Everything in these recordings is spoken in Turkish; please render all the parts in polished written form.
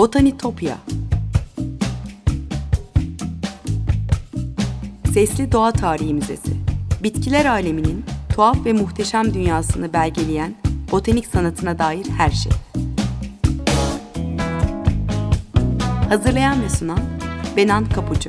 Botanitopya. Sesli Doğa Tarihi Müzesi. Bitkiler aleminin tuhaf ve muhteşem dünyasını belgeleyen botanik sanatına dair her şey. Hazırlayan ve sunan Benan Kapucu.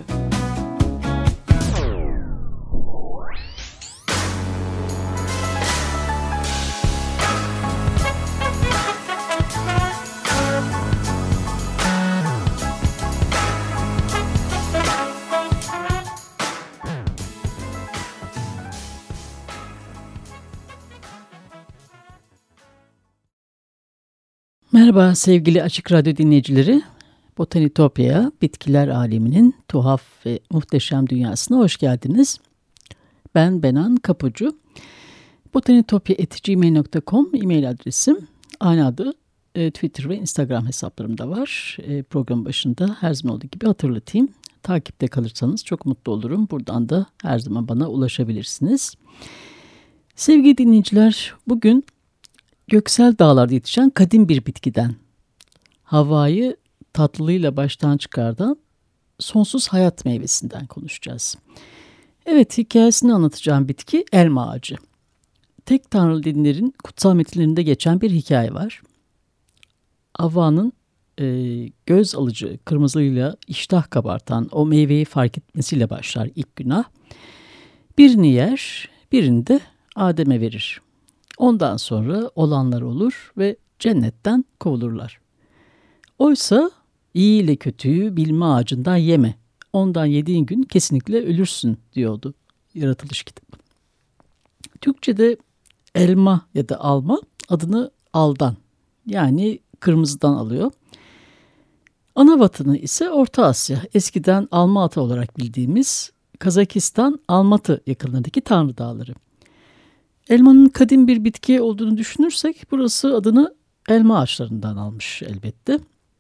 Merhaba sevgili Açık Radyo dinleyicileri. Botanitopya'ya, bitkiler aleminin tuhaf ve muhteşem dünyasına hoş geldiniz. Ben Benan Kapucu. botanitopya@gmail.com e-mail adresim. Aynı adı Twitter ve Instagram hesaplarımda var. Program başında her zaman olduğu gibi hatırlatayım. Takipte kalırsanız çok mutlu olurum. Buradan da her zaman bana ulaşabilirsiniz. Sevgili dinleyiciler, bugün göksel dağlarda yetişen kadim bir bitkiden, havayı tatlılığıyla baştan çıkardan sonsuz hayat meyvesinden konuşacağız. Evet, hikayesini anlatacağım bitki elma ağacı. Tek tanrılı dinlerin kutsal metinlerinde geçen bir hikaye var. Havva'nın göz alıcı kırmızılığıyla iştah kabartan o meyveyi fark etmesiyle başlar ilk günah. Birini yer, birini de Adem'e verir. Ondan sonra olanlar olur ve cennetten kovulurlar. Oysa iyi ile kötüyü bilme ağacından yeme. Ondan yediğin gün kesinlikle ölürsün diyordu Yaratılış kitabı. Türkçe'de elma ya da alma adını aldan, yani kırmızıdan alıyor. Ana vatanı ise Orta Asya. Eskiden Alma-Ata olarak bildiğimiz Kazakistan Almatı yakınlarındaki Tanrı Dağları. Elmanın kadim bir bitki olduğunu düşünürsek burası adını elma ağaçlarından almış elbette.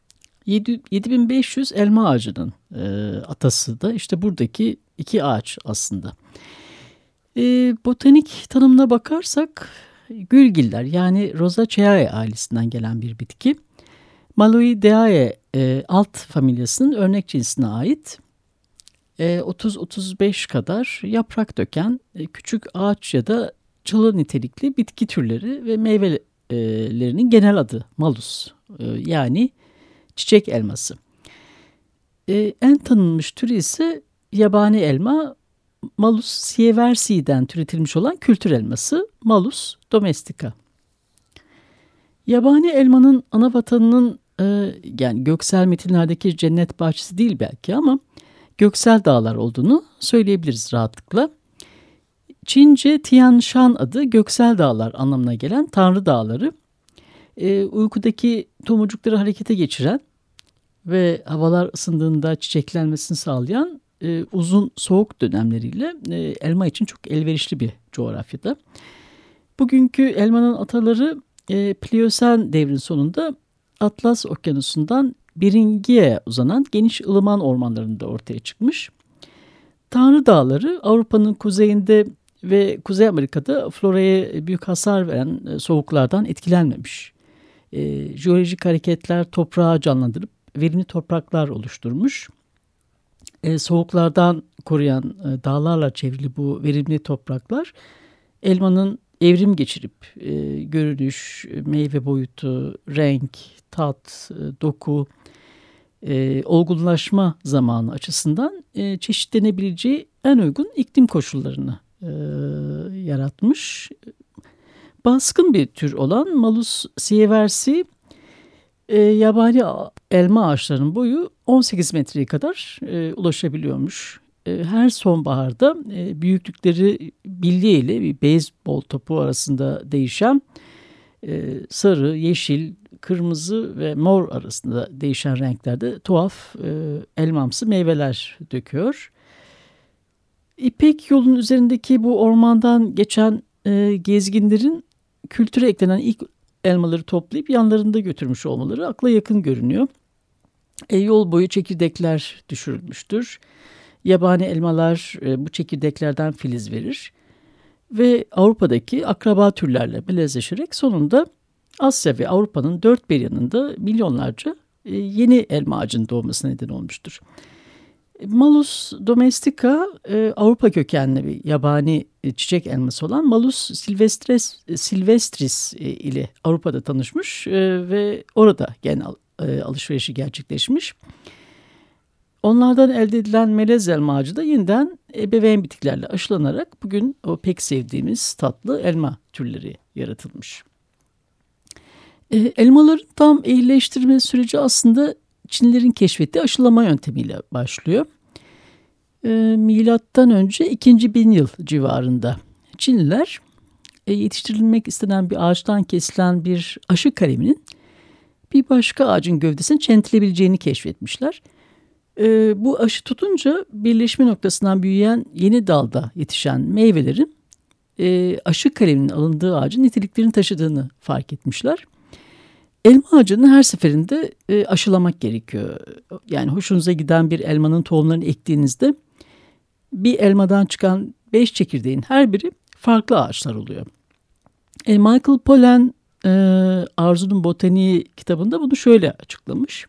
7500 elma ağacının atası da işte buradaki iki ağaç aslında. Botanik tanımına bakarsak gülgiller, yani Rosaceae ailesinden gelen bir bitki. Maloideae alt familyasının örnek cinsine ait 30-35 kadar yaprak döken küçük ağaç ya da çalı nitelikli bitki türleri ve meyvelerinin genel adı malus, yani çiçek elması. En tanınmış türü ise yabani elma, Malus sieversi'den türetilmiş olan kültür elması Malus domestica. Yabani elmanın ana vatanının yani göksel metinlerdeki cennet bahçesi değil belki ama göksel dağlar olduğunu söyleyebiliriz rahatlıkla. Çince Tian Shan adı göksel dağlar anlamına gelen Tanrı Dağları, uykudaki tomurcukları harekete geçiren ve havalar ısındığında çiçeklenmesini sağlayan uzun soğuk dönemleriyle elma için çok elverişli bir coğrafyada. Bugünkü elmanın ataları Pliosen devrin sonunda Atlas Okyanusu'ndan Beringia'ya uzanan geniş ılıman ormanlarında ortaya çıkmış. Tanrı Dağları Avrupa'nın kuzeyinde ve Kuzey Amerika'da floraya büyük hasar veren soğuklardan etkilenmemiş. Jeolojik hareketler toprağı canlandırıp verimli topraklar oluşturmuş. Soğuklardan koruyan dağlarla çevrili bu verimli topraklar elmanın evrim geçirip görünüş, meyve boyutu, renk, tat, doku, olgunlaşma zamanı açısından çeşitlenebileceği en uygun iklim koşullarını yaratmış. Baskın bir tür olan Malus sieversi yabani elma ağaçlarının boyu 18 metreye kadar ulaşabiliyormuş. Her sonbaharda büyüklükleri bilyeyle bir beyzbol topu arasında değişen sarı, yeşil, kırmızı ve mor arasında değişen renklerde tuhaf elmamsı meyveler döküyor. İpek yolun üzerindeki bu ormandan geçen gezginlerin kültüre eklenen ilk elmaları toplayıp yanlarında götürmüş olmaları akla yakın görünüyor. Yol boyu çekirdekler düşürülmüştür. Yabani elmalar bu çekirdeklerden filiz verir ve Avrupa'daki akraba türlerle melezleşerek sonunda Asya ve Avrupa'nın dört bir yanında milyonlarca yeni elma ağacının doğmasına neden olmuştur. Malus domestica Avrupa kökenli bir yabani çiçek elması olan Malus silvestris ile Avrupa'da tanışmış ve orada genel alışverişi gerçekleşmiş. Onlardan elde edilen melez elma ağacı da yeniden ebeveyn bitkilerle aşılanarak bugün o pek sevdiğimiz tatlı elma türleri yaratılmış. Elmaların tam ehlileştirme süreci aslında Çinlilerin keşfettiği aşılama yöntemiyle başlıyor. Milattan önce 2. bin yıl civarında Çinliler yetiştirilmek istenen bir ağaçtan kesilen bir aşı kaleminin bir başka ağacın gövdesini çentilebileceğini keşfetmişler. Bu aşı tutunca birleşme noktasından büyüyen yeni dalda yetişen meyvelerin aşı kaleminin alındığı ağacın niteliklerini taşıdığını fark etmişler. Elma ağacını her seferinde aşılamak gerekiyor. Yani hoşunuza giden bir elmanın tohumlarını ektiğinizde bir elmadan çıkan 5 çekirdeğin her biri farklı ağaçlar oluyor. Michael Pollan Arzu'nun Botaniği kitabında bunu şöyle açıklamış.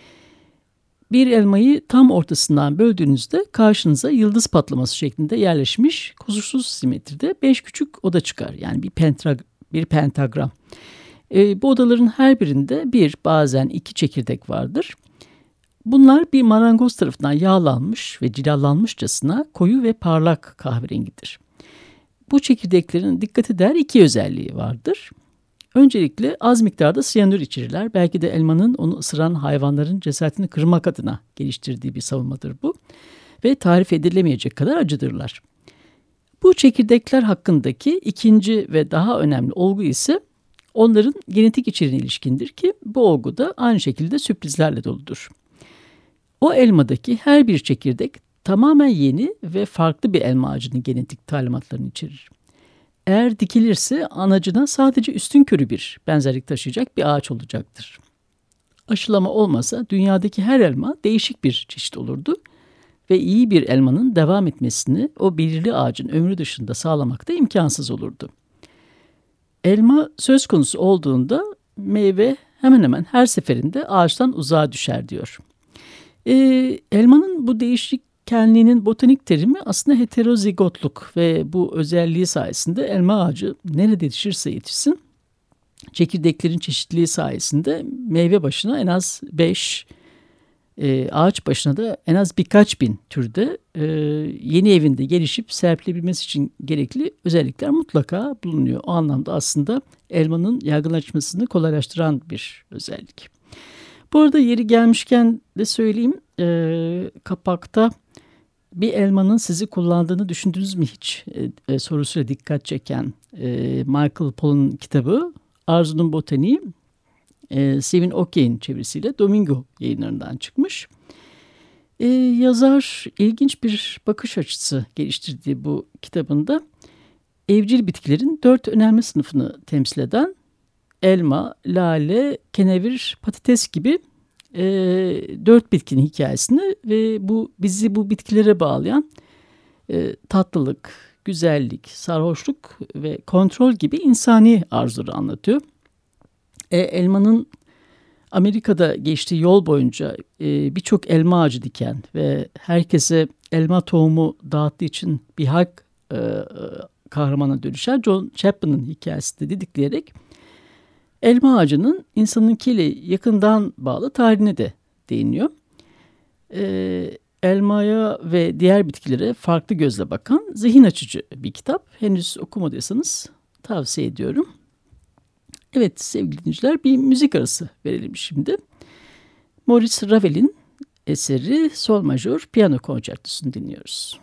Bir elmayı tam ortasından böldüğünüzde karşınıza yıldız patlaması şeklinde yerleşmiş kusursuz simetride 5 küçük oda çıkar. Yani bir pentagram. Bu odaların her birinde bir, bazen 2 çekirdek vardır. Bunlar bir marangoz tarafından yağlanmış ve cilalanmışçasına koyu ve parlak kahverengidir. Bu çekirdeklerin dikkate değer 2 özelliği vardır. Öncelikle az miktarda siyanür içerirler. Belki de elmanın onu ısıran hayvanların cesaretini kırmak adına geliştirdiği bir savunmadır bu. Ve tarif edilemeyecek kadar acıdırlar. Bu çekirdekler hakkındaki ikinci ve daha önemli olgu ise onların genetik içeriğine ilişkindir ki bu olgu da aynı şekilde sürprizlerle doludur. O elmadaki her bir çekirdek tamamen yeni ve farklı bir elma ağacının genetik talimatlarını içerir. Eğer dikilirse anacına sadece üstünkörü bir benzerlik taşıyacak bir ağaç olacaktır. Aşılama olmasa dünyadaki her elma değişik bir çeşit olurdu ve iyi bir elmanın devam etmesini o belirli ağacın ömrü dışında sağlamak da imkansız olurdu. Elma söz konusu olduğunda meyve hemen hemen her seferinde ağaçtan uzağa düşer diyor. Elmanın bu değişkenliğinin botanik terimi aslında heterozigotluk ve bu özelliği sayesinde elma ağacı nerede yetişirse yetişsin çekirdeklerin çeşitliliği sayesinde meyve başına en az 5, ağaç başına da en az birkaç bin türde yeni evinde gelişip serpilebilmesi için gerekli özellikler mutlaka bulunuyor. O anlamda aslında elmanın yaygınlaşmasını kolaylaştıran bir özellik. Bu arada yeri gelmişken de söyleyeyim, kapakta bir elmanın sizi kullandığını düşündünüz mü hiç sorusuyla dikkat çeken Michael Pollan'ın kitabı Arzu'nun Botaniği, Sevin Okey'in çevirisiyle Domingo yayınlarından çıkmış. Yazar ilginç bir bakış açısı geliştirdiği bu kitabında evcil bitkilerin 4 önemli sınıfını temsil eden elma, lale, kenevir, patates gibi 4 bitkinin hikayesini ve bizi bu bitkilere bağlayan tatlılık, güzellik, sarhoşluk ve kontrol gibi insani arzuları anlatıyor. Elmanın Amerika'da geçtiği yol boyunca birçok elma ağacı diken ve herkese elma tohumu dağıttığı için bir halk kahramana dönüşen John Chapman'ın hikayesini didikleyerek elma ağacının insanınkiyle yakından bağlı tarihine de değiniyor. Elmaya ve diğer bitkilere farklı gözle bakan zihin açıcı bir kitap. Henüz okumadıysanız tavsiye ediyorum. Evet sevgili dinleyiciler, bir müzik arası verelim şimdi. Maurice Ravel'in eseri Sol Majör Piyano Konçertosunu dinliyoruz.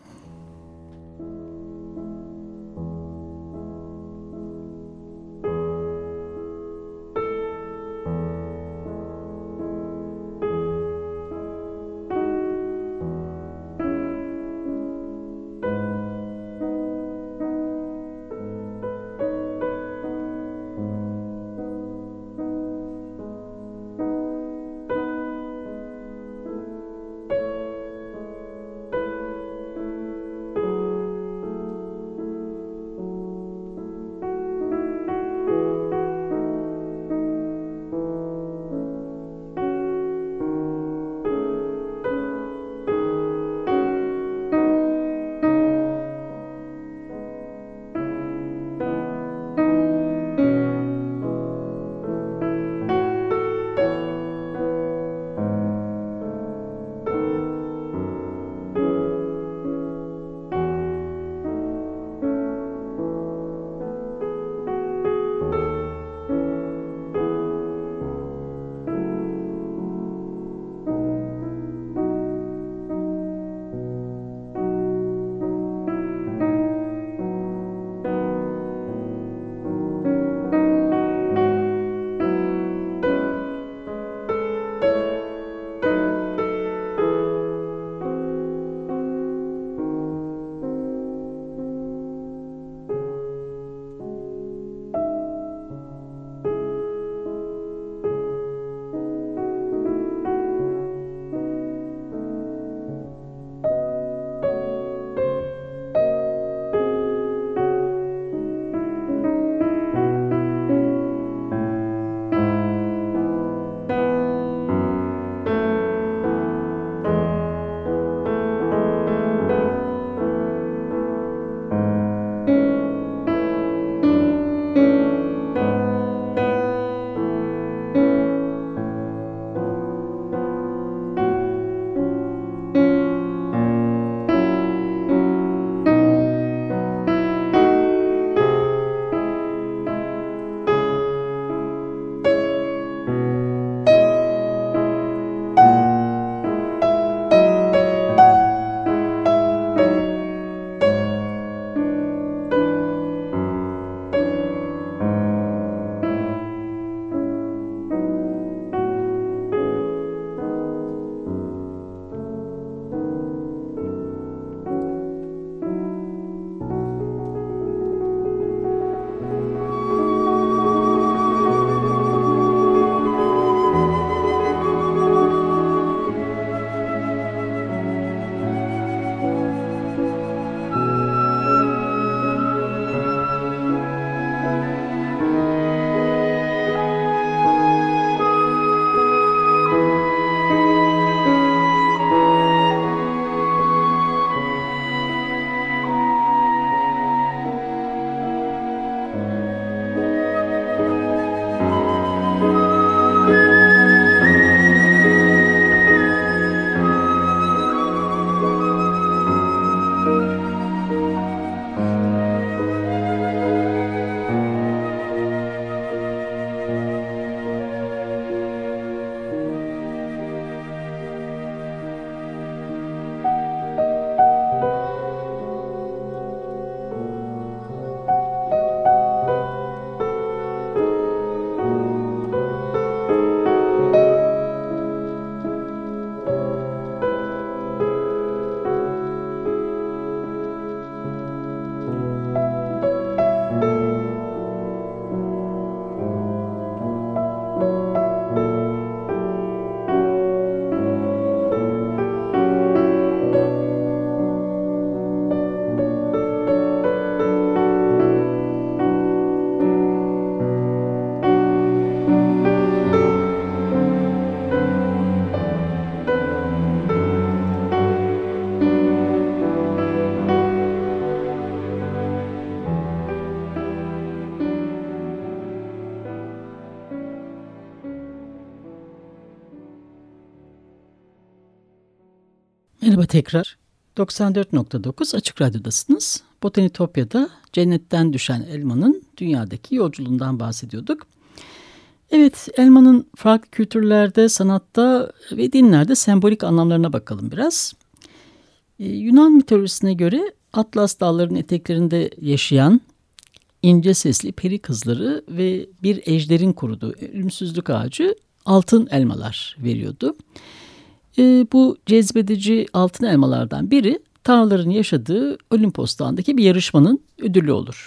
Merhaba tekrar. 94.9 Açık Radyo'dasınız. Botanitopya'da cennetten düşen elmanın dünyadaki yolculuğundan bahsediyorduk. Evet, elmanın farklı kültürlerde, sanatta ve dinlerde sembolik anlamlarına bakalım biraz. Yunan mitolojisine göre Atlas dağlarının eteklerinde yaşayan ince sesli peri kızları ve bir ejderin koruduğu ölümsüzlük ağacı altın elmalar veriyordu. Bu cezbedici altın elmalardan biri tanrıların yaşadığı Olimpos Dağı'ndaki bir yarışmanın ödülü olur.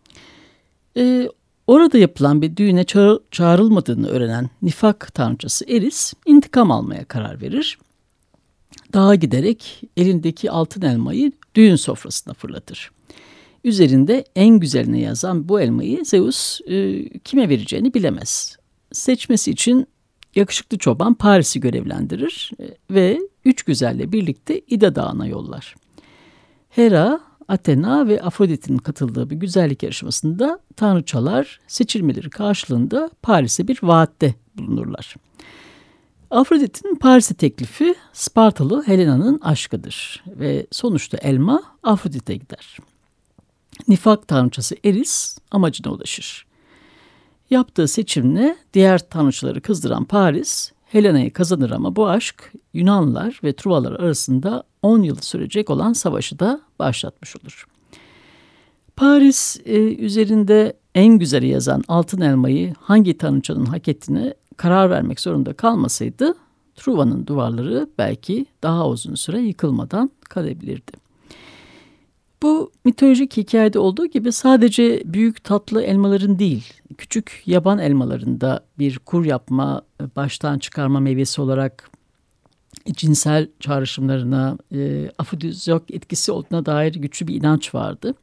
Orada yapılan bir düğüne çağrılmadığını öğrenen Nifak tanrıçası Eris intikam almaya karar verir. Dağa giderek elindeki altın elmayı düğün sofrasına fırlatır. Üzerinde en güzeline yazan bu elmayı Zeus kime vereceğini bilemez. Seçmesi için yakışıklı çoban Paris'i görevlendirir ve 3 güzelle birlikte İda Dağı'na yollar. Hera, Athena ve Afrodit'in katıldığı bir güzellik yarışmasında tanrıçalar seçilmeleri karşılığında Paris'e bir vaatte bulunurlar. Afrodit'in Paris'e teklifi Spartalı Helena'nın aşkıdır ve sonuçta elma Afrodit'e gider. Nifak tanrıçası Eris amacına ulaşır. Yaptığı seçimle diğer tanrıçaları kızdıran Paris, Helena'yı kazanır ama bu aşk Yunanlılar ve Truvalar arasında 10 yıl sürecek olan savaşı da başlatmış olur. Paris üzerinde en güzeli yazan altın elmayı hangi tanrıçanın hak ettiğine karar vermek zorunda kalmasaydı Truva'nın duvarları belki daha uzun süre yıkılmadan kalabilirdi. Bu mitolojik hikayede olduğu gibi sadece büyük tatlı elmaların değil, küçük yaban elmaların da bir kur yapma, baştan çıkarma meyvesi olarak cinsel çağrışımlarına, afrodizyak etkisi olduğuna dair güçlü bir inanç vardı.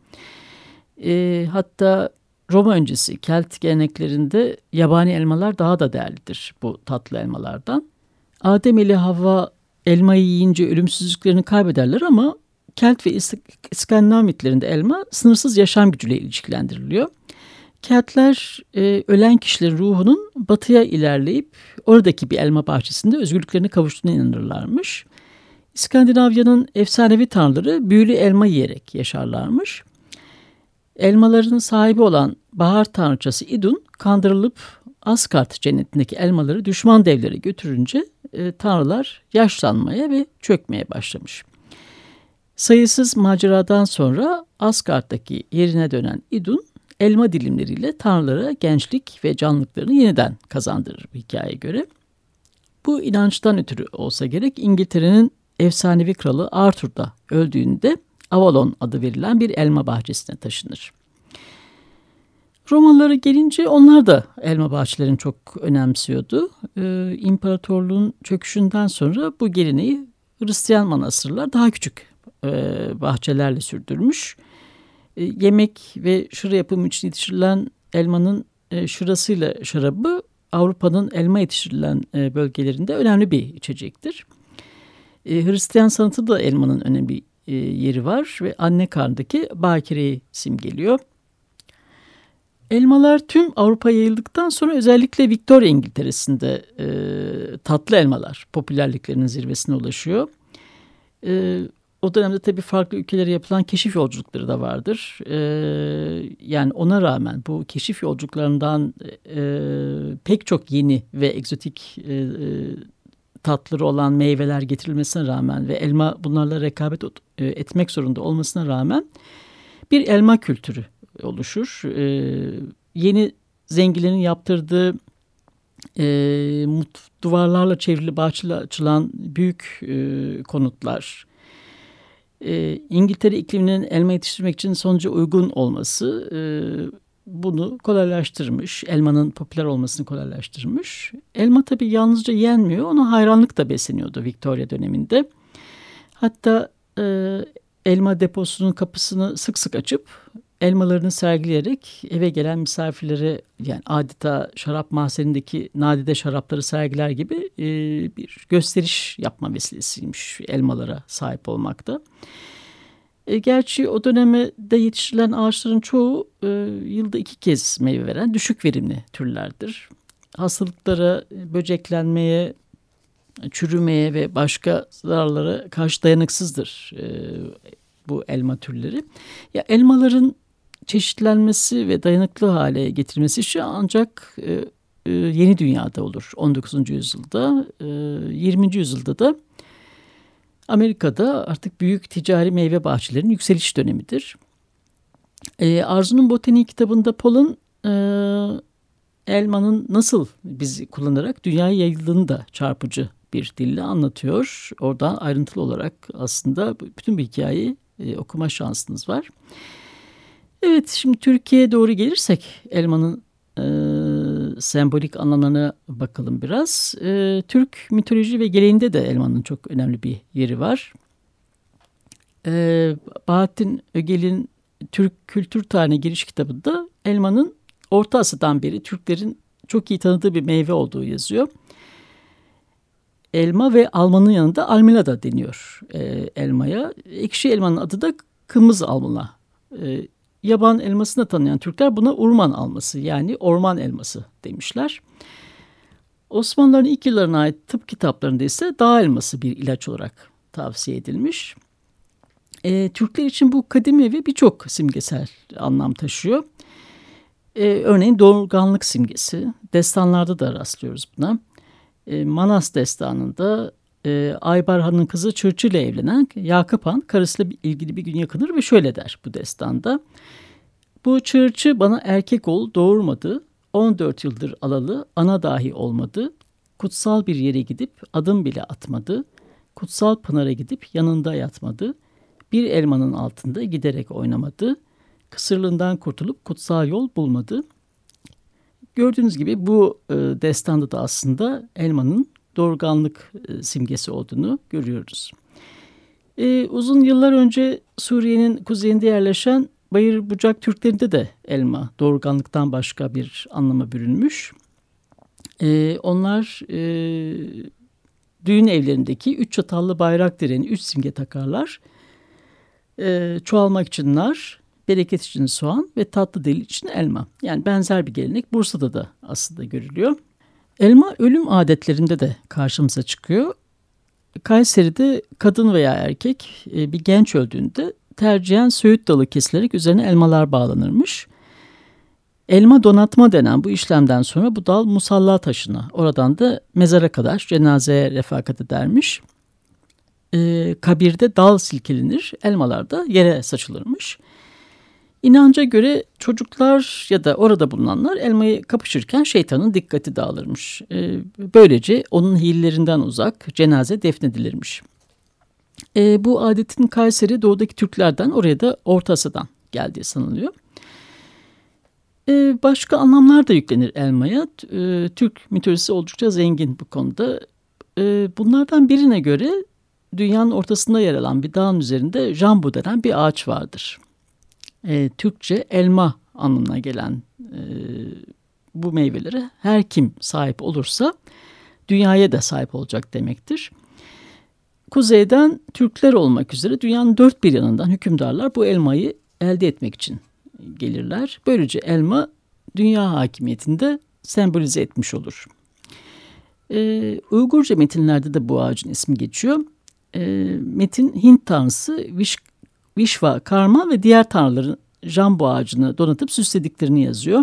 Hatta Roma öncesi Kelt geleneklerinde yabani elmalar daha da değerlidir bu tatlı elmalardan. Adem ile Havva elmayı yiyince ölümsüzlüklerini kaybederler ama Kelt ve İskandinav mitlerinde elma sınırsız yaşam gücüyle ilişkilendiriliyor. Keltler ölen kişilerin ruhunun batıya ilerleyip oradaki bir elma bahçesinde özgürlüklerine kavuştuğuna inanırlarmış. İskandinavya'nın efsanevi tanrıları büyülü elma yiyerek yaşarlarmış. Elmaların sahibi olan bahar tanrıçası Idun kandırılıp Asgard cennetindeki elmaları düşman devlere götürünce tanrılar yaşlanmaya ve çökmeye başlamış. Sayısız maceradan sonra Asgard'daki yerine dönen Idun elma dilimleriyle tanrılara gençlik ve canlılıklarını yeniden kazandırır bu hikayeye göre. Bu inançtan ötürü olsa gerek İngiltere'nin efsanevi kralı Arthur da öldüğünde Avalon adı verilen bir elma bahçesine taşınır. Romalılara gelince onlar da elma bahçelerini çok önemsiyordu. İmparatorluğun çöküşünden sonra bu geleneği Hristiyan manastırlar daha küçük bahçelerle sürdürmüş. Yemek ve şıra yapımı için yetiştirilen elmanın şırasıyla şarabı Avrupa'nın elma yetiştirilen bölgelerinde önemli bir içecektir. Hristiyan sanatı da elmanın önemli yeri var ve anne karnındaki bakireyi simgeliyor. Elmalar tüm Avrupa'ya yayıldıktan sonra özellikle Victoria İngiltere'sinde tatlı elmalar popülerliklerinin zirvesine ulaşıyor. O dönemde tabii farklı ülkelere yapılan keşif yolculukları da vardır. Yani ona rağmen bu keşif yolculuklarından pek çok yeni ve egzotik tatları olan meyveler getirilmesine rağmen ve elma bunlarla rekabet etmek zorunda olmasına rağmen bir elma kültürü oluşur. Yeni zenginlerin yaptırdığı duvarlarla çevrili bahçeler açılan büyük konutlar, İngiltere ikliminin elma yetiştirmek için sonuca uygun olması bunu kolaylaştırmış. Elmanın popüler olmasını kolaylaştırmış. Elma tabii yalnızca yenmiyor, ona hayranlık da besleniyordu Victoria döneminde. Hatta elma deposunun kapısını sık sık açıp elmalarını sergileyerek eve gelen misafirlere, yani adeta şarap mahzenindeki nadide şarapları sergiler gibi bir gösteriş yapma vesilesiymiş elmalara sahip olmakta. Gerçi o dönemde yetiştirilen ağaçların çoğu yılda 2 kez meyve veren düşük verimli türlerdir. Hastalıklara, böceklenmeye çürümeye ve başka zararlara karşı dayanıksızdır bu elma türleri. Ya elmaların çeşitlenmesi ve dayanıklı hale getirilmesi işi ancak yeni dünyada olur. 19. yüzyılda, 20. yüzyılda da Amerika'da artık büyük ticari meyve bahçelerinin yükseliş dönemidir. Arzu'nun Botaniği kitabında Paul'un elmanın nasıl bizi kullanarak dünyaya yayıldığını da çarpıcı bir dille anlatıyor. Oradan ayrıntılı olarak aslında bütün bir hikayeyi okuma şansınız var. Evet, şimdi Türkiye'ye doğru gelirsek elmanın sembolik anlamlarına bakalım biraz. Türk mitoloji ve geleneğinde de elmanın çok önemli bir yeri var. Bahattin Ögel'in Türk Kültür Tarihine Giriş kitabında elmanın Orta Asya'dan beri Türklerin çok iyi tanıdığı bir meyve olduğu yazıyor. Elma ve almanın yanında almila da deniyor elmaya. Ekşi elmanın adı da kırmızı almila. Yaban elmasını tanıyan Türkler buna urman alması yani orman elması demişler. Osmanlıların ilk yıllarına ait tıp kitaplarında ise dağ elması bir ilaç olarak tavsiye edilmiş. Türkler için bu kadim meyve birçok simgesel anlam taşıyor. Örneğin doğurganlık simgesi. Destanlarda da rastlıyoruz buna. Manas destanında Aybar Han'ın kızı Çırçı ile evlenen Yakup Han karısıyla ilgili bir gün yakınır ve şöyle der bu destanda. Bu Çırçı bana erkek oğul doğurmadı. 14 yıldır alalı ana dahi olmadı. Kutsal bir yere gidip adım bile atmadı. Kutsal pınara gidip yanında yatmadı. Bir elmanın altında giderek oynamadı. Kısırlığından kurtulup kutsal yol bulmadı. Gördüğünüz gibi bu destanda da aslında elmanın doğurganlık simgesi olduğunu görüyoruz. Uzun yıllar önce Suriye'nin kuzeyinde yerleşen Bayır Bucak Türklerinde de elma doğurganlıktan başka bir anlama bürünmüş. Onlar düğün evlerindeki 3 çatallı bayrak direğine 3 simge takarlar. Çoğalmak için nar, bereket için soğan ve tatlı dil için elma. Yani benzer bir gelenek Bursa'da da aslında görülüyor. Elma ölüm adetlerinde de karşımıza çıkıyor. Kayseri'de kadın veya erkek bir genç öldüğünde tercihen söğüt dalı kesilerek üzerine elmalar bağlanırmış. Elma donatma denen bu işlemden sonra bu dal musalla taşına, oradan da mezara kadar cenazeye refakat edermiş. Kabirde dal silkelenir, elmalar da yere saçılırmış. İnanca göre çocuklar ya da orada bulunanlar elmayı kapışırken şeytanın dikkati dağılırmış. Böylece onun hilelerinden uzak cenaze defnedilirmiş. Bu adetin Kayseri doğudaki Türklerden, oraya da Orta Asya'dan geldiği sanılıyor. Başka anlamlar da yüklenir elmaya. Türk mitolojisi oldukça zengin bu konuda. Bunlardan birine göre dünyanın ortasında yer alan bir dağın üzerinde jambu denen bir ağaç vardır. Türkçe elma anlamına gelen bu meyvelere her kim sahip olursa dünyaya da sahip olacak demektir. Kuzeyden Türkler olmak üzere dünyanın dört bir yanından hükümdarlar bu elmayı elde etmek için gelirler. Böylece elma dünya hakimiyetinde sembolize etmiş olur. Uygurca metinlerde de bu ağacın ismi geçiyor. Metin Hint tanrısı Vishva, Karma ve diğer tanrıların jambu ağacını donatıp süslediklerini yazıyor.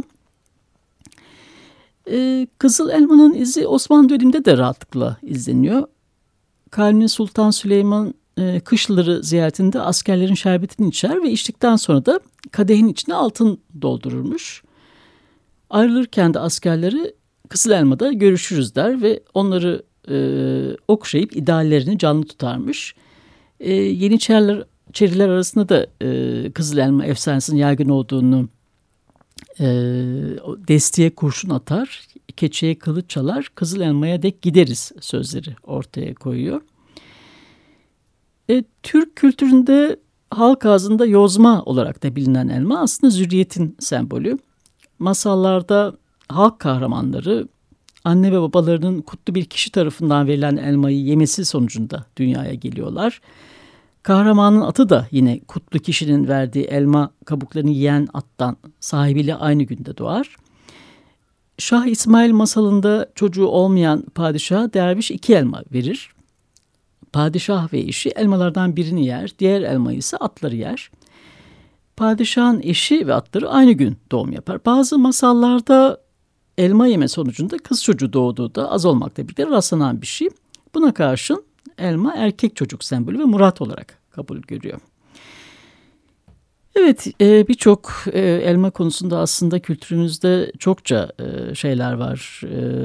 Kızıl elmanın izi Osmanlı döneminde de rahatlıkla izleniyor. Kanuni Sultan Süleyman kışları ziyaretinde askerlerin şerbetini içer ve içtikten sonra da kadehin içine altın doldururmuş. Ayrılırken de askerleri kızıl elmada görüşürüz der ve onları okşayıp ideallerini canlı tutarmış. Yeniçeriler arasında da kızıl elma efsanesinin yaygın olduğunu, destiye kurşun atar, keçeye kılıç çalar, kızıl elmaya dek gideriz sözleri ortaya koyuyor. Türk kültüründe halk ağzında yozma olarak da bilinen elma aslında zürriyetin sembolü. Masallarda halk kahramanları anne ve babalarının kutlu bir kişi tarafından verilen elmayı yemesi sonucunda dünyaya geliyorlar. Kahramanın atı da yine kutlu kişinin verdiği elma kabuklarını yiyen attan sahibiyle aynı günde doğar. Şah İsmail masalında çocuğu olmayan padişaha derviş 2 elma verir. Padişah ve eşi elmalardan birini yer, diğer elmayı ise atları yer. Padişahın eşi ve atları aynı gün doğum yapar. Bazı masallarda elma yeme sonucunda kız çocuğu doğduğu da az olmakla birlikte rastlanan bir şey. Buna karşın elma erkek çocuk sembolü ve murat olarak kabul görüyor. Evet, birçok elma konusunda aslında kültürümüzde çokça şeyler var,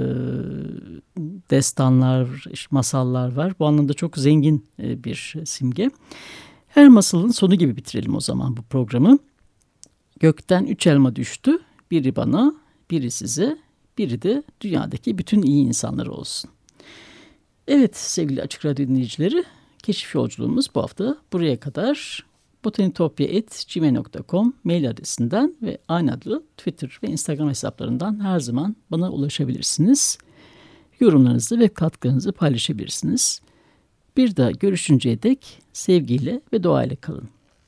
destanlar, masallar var. Bu anlamda çok zengin bir simge. Her masalın sonu gibi bitirelim o zaman bu programı. Gökten 3 elma düştü, biri bana, biri size, biri de dünyadaki bütün iyi insanlar olsun. Evet sevgili Açık Radyo dinleyicileri, keşif yolculuğumuz bu hafta buraya kadar. botanitopya@gmail.com mail adresinden ve aynı adlı Twitter ve Instagram hesaplarından her zaman bana ulaşabilirsiniz. Yorumlarınızı ve katkılarınızı paylaşabilirsiniz. Bir daha görüşünceye dek sevgiyle ve doğayla kalın.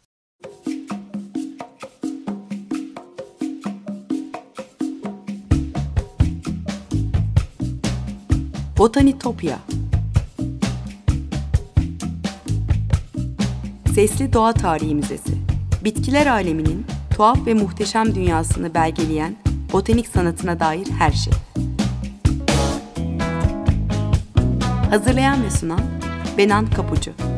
Botanitopya. Sesli Doğa Tarihi Müzesi. Bitkiler aleminin tuhaf ve muhteşem dünyasını belgeleyen botanik sanatına dair her şey. Hazırlayan ve sunan Benan Kapucu.